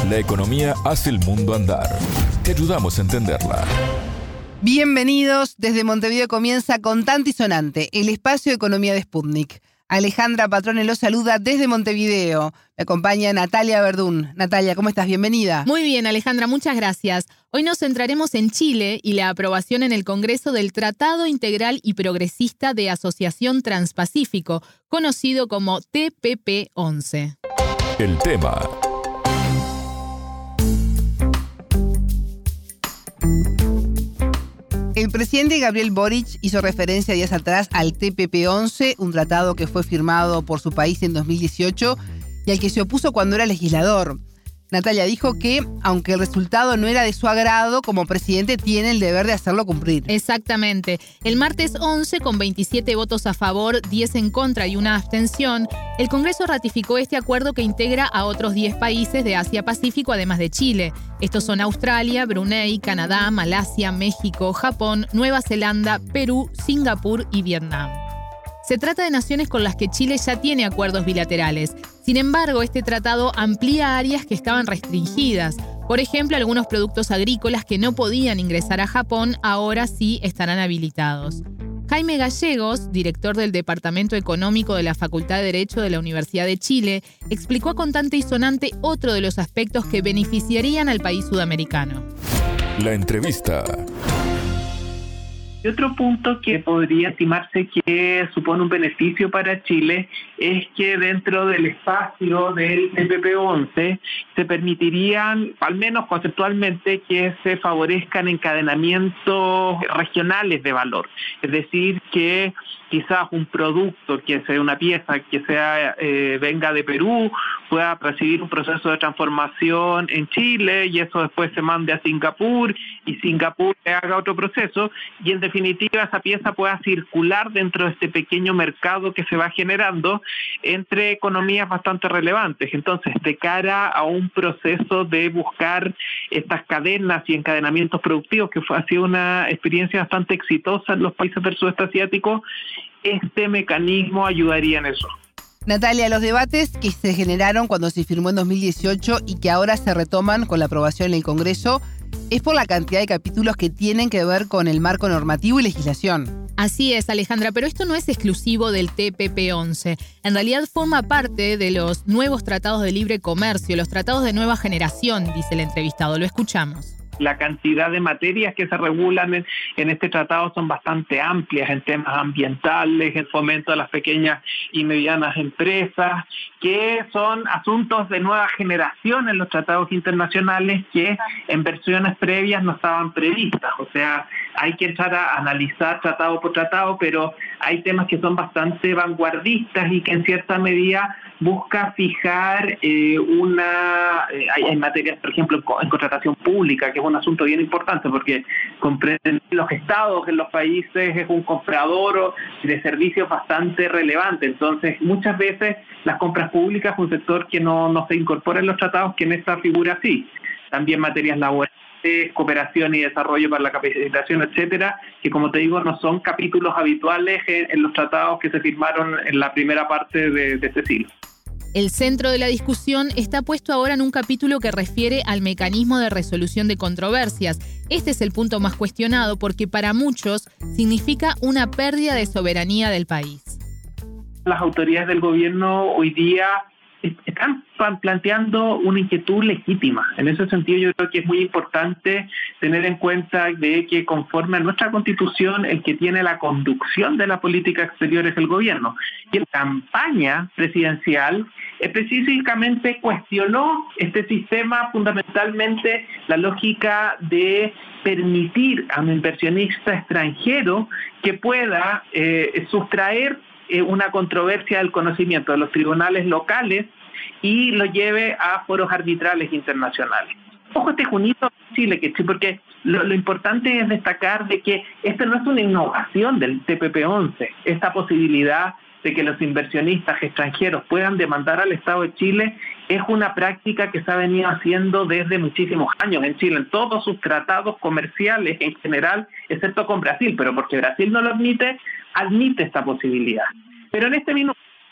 La economía hace el mundo andar. Te ayudamos a entenderla. Bienvenidos. Desde Montevideo comienza Contante y Sonante, el espacio de economía de Sputnik. Alejandra Patrone los saluda desde Montevideo. Me acompaña Natalia Verdún. Natalia, ¿cómo estás? Bienvenida. Muy bien, Alejandra, muchas gracias. Hoy nos centraremos en Chile y la aprobación en el Congreso del Tratado Integral y Progresista de Asociación Transpacífico, conocido como TPP-11. El tema. El presidente Gabriel Boric hizo referencia días atrás al TPP-11, un tratado que fue firmado por su país en 2018 y al que se opuso cuando era legislador. Natalia dijo que, aunque el resultado no era de su agrado, como presidente tiene el deber de hacerlo cumplir. Exactamente. El martes 11, con 27 votos a favor, 10 en contra y una abstención, el Congreso ratificó este acuerdo que integra a otros 10 países de Asia-Pacífico, además de Chile. Estos son Australia, Brunei, Canadá, Malasia, México, Japón, Nueva Zelanda, Perú, Singapur y Vietnam. Se trata de naciones con las que Chile ya tiene acuerdos bilaterales. Sin embargo, este tratado amplía áreas que estaban restringidas. Por ejemplo, algunos productos agrícolas que no podían ingresar a Japón ahora sí estarán habilitados. Jaime Gallegos, director del Departamento Económico de la Facultad de Derecho de la Universidad de Chile, explicó a Contante y Sonante otro de los aspectos que beneficiarían al país sudamericano. La entrevista. Y otro punto que podría estimarse que supone un beneficio para Chile es que dentro del espacio del TPP-11 se permitirían, al menos conceptualmente, que se favorezcan encadenamientos regionales de valor. Es decir, que quizás un producto, que sea una pieza que sea venga de Perú, pueda recibir un proceso de transformación en Chile y eso después se mande a Singapur y Singapur le haga otro proceso y en definitiva esa pieza pueda circular dentro de este pequeño mercado que se va generando entre economías bastante relevantes. Entonces, de cara a un proceso de buscar estas cadenas y encadenamientos productivos, que ha sido una experiencia bastante exitosa en los países del sudeste asiático, este mecanismo ayudaría en eso. Natalia, los debates que se generaron cuando se firmó en 2018 y que ahora se retoman con la aprobación en el Congreso es por la cantidad de capítulos que tienen que ver con el marco normativo y legislación. Así es, Alejandra, pero esto no es exclusivo del TPP-11. En realidad forma parte de los nuevos tratados de libre comercio, los tratados de nueva generación, dice el entrevistado. Lo escuchamos. La cantidad de materias que se regulan en este tratado son bastante amplias en temas ambientales, en fomento de las pequeñas y medianas empresas, que son asuntos de nueva generación en los tratados internacionales que en versiones previas no estaban previstas. O sea, hay que entrar a analizar tratado por tratado, pero hay temas que son bastante vanguardistas y que en cierta medida busca fijar hay materias, por ejemplo, en contratación pública, que es un asunto bien importante porque comprenden los estados en los países, es un comprador de servicios bastante relevante. Entonces, muchas veces las compras públicas es un sector que no se incorpora en los tratados, que en esta figura sí. También materias laborales, cooperación y desarrollo para la capacitación, etcétera, que como te digo no son capítulos habituales en los tratados que se firmaron en la primera parte de este siglo. El centro de la discusión está puesto ahora en un capítulo que refiere al mecanismo de resolución de controversias. Este es el punto más cuestionado porque para muchos significa una pérdida de soberanía del país. Las autoridades del gobierno hoy día están planteando una inquietud legítima. En ese sentido, yo creo que es muy importante tener en cuenta de que conforme a nuestra Constitución, el que tiene la conducción de la política exterior es el gobierno. Y en la campaña presidencial específicamente cuestionó este sistema, fundamentalmente la lógica de permitir a un inversionista extranjero que pueda sustraer una controversia del conocimiento de los tribunales locales y lo lleve a foros arbitrales internacionales. Ojo, este es un hito en Chile, porque lo importante es destacar de que esta no es una innovación del TPP-11, esta posibilidad de que los inversionistas extranjeros puedan demandar al Estado de Chile es una práctica que se ha venido haciendo desde muchísimos años en Chile, en todos sus tratados comerciales en general, excepto con Brasil, pero porque Brasil no lo admite esta posibilidad. Pero en este minuto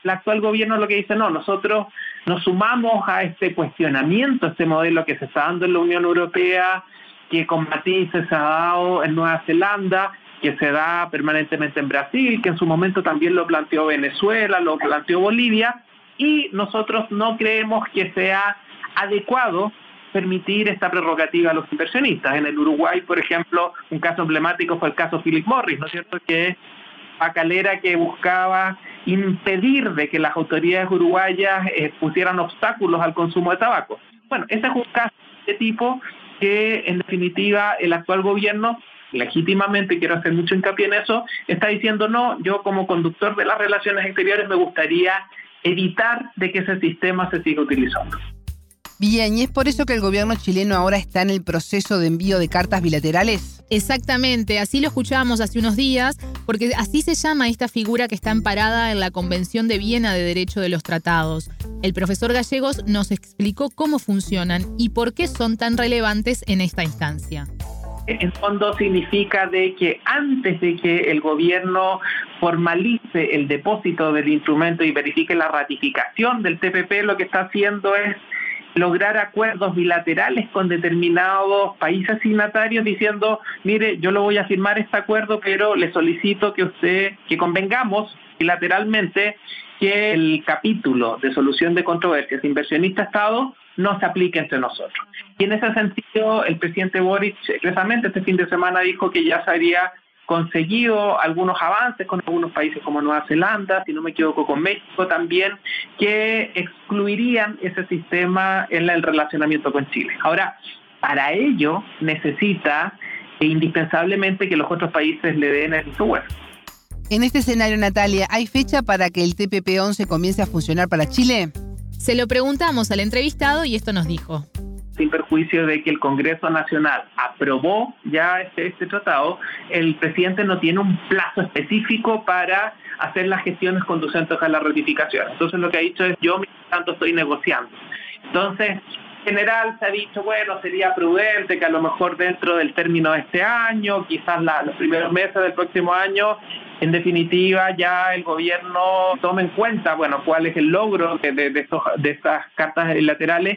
El actual gobierno lo que dice, no, nosotros nos sumamos a este cuestionamiento, este modelo que se está dando en la Unión Europea, que con matices se ha dado en Nueva Zelanda, que se da permanentemente en Brasil, que en su momento también lo planteó Venezuela, lo planteó Bolivia, y nosotros no creemos que sea adecuado permitir esta prerrogativa a los inversionistas. En el Uruguay, por ejemplo, un caso emblemático fue el caso Philip Morris, ¿no es cierto?, que Pacalera, que buscaba impedir de que las autoridades uruguayas pusieran obstáculos al consumo de tabaco. Bueno, ese es un caso de tipo que, en definitiva, el actual gobierno, legítimamente, quiero hacer mucho hincapié en eso, está diciendo, no, yo como conductor de las relaciones exteriores me gustaría evitar de que ese sistema se siga utilizando. Bien, ¿y es por eso que el gobierno chileno ahora está en el proceso de envío de cartas bilaterales? Exactamente, así lo escuchábamos hace unos días, porque así se llama esta figura que está amparada en la Convención de Viena de Derecho de los Tratados. El profesor Gallegos nos explicó cómo funcionan y por qué son tan relevantes en esta instancia. En fondo significa de que antes de que el gobierno formalice el depósito del instrumento y verifique la ratificación del TPP, lo que está haciendo es lograr acuerdos bilaterales con determinados países signatarios diciendo, mire, yo lo voy a firmar este acuerdo, pero le solicito que convengamos bilateralmente que el capítulo de solución de controversias inversionista-Estado no se aplique entre nosotros. Y en ese sentido, el presidente Boric, expresamente este fin de semana, dijo que ya se habría conseguido algunos avances con algunos países como Nueva Zelanda, si no me equivoco con México también, que excluirían ese sistema en el relacionamiento con Chile. Ahora, para ello necesita indispensablemente que los otros países le den el visto bueno. En este escenario, Natalia, ¿hay fecha para que el TPP-11 comience a funcionar para Chile? Se lo preguntamos al entrevistado y esto nos dijo. Sin perjuicio de que el Congreso Nacional aprobó ya este tratado, el presidente no tiene un plazo específico para hacer las gestiones conducentes a la ratificación. Entonces lo que ha dicho es, yo mientras tanto estoy negociando. Entonces, en general se ha dicho, bueno, sería prudente que a lo mejor dentro del término de este año, quizás los primeros meses del próximo año, en definitiva ya el gobierno tome en cuenta, bueno, cuál es el logro de estas cartas bilaterales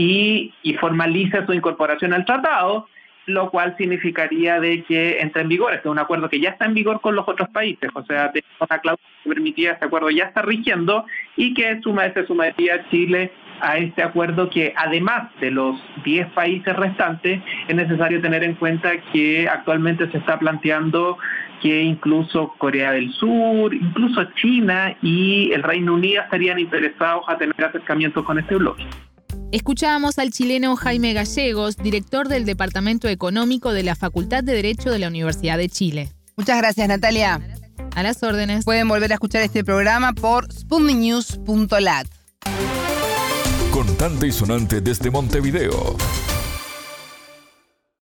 y formalice su incorporación al tratado, lo cual significaría de que entre en vigor. Este es un acuerdo que ya está en vigor con los otros países, o sea, una cláusula que permitía este acuerdo ya está rigiendo y que se sumaría Chile a este acuerdo que, además de los 10 países restantes, es necesario tener en cuenta que actualmente se está planteando que incluso Corea del Sur, incluso China y el Reino Unido estarían interesados a tener acercamientos con este bloque. Escuchábamos al chileno Jaime Gallegos, director del Departamento Económico de la Facultad de Derecho de la Universidad de Chile. Muchas gracias, Natalia. A las órdenes. Pueden volver a escuchar este programa por sputniknews.lat. Contante y sonante desde Montevideo.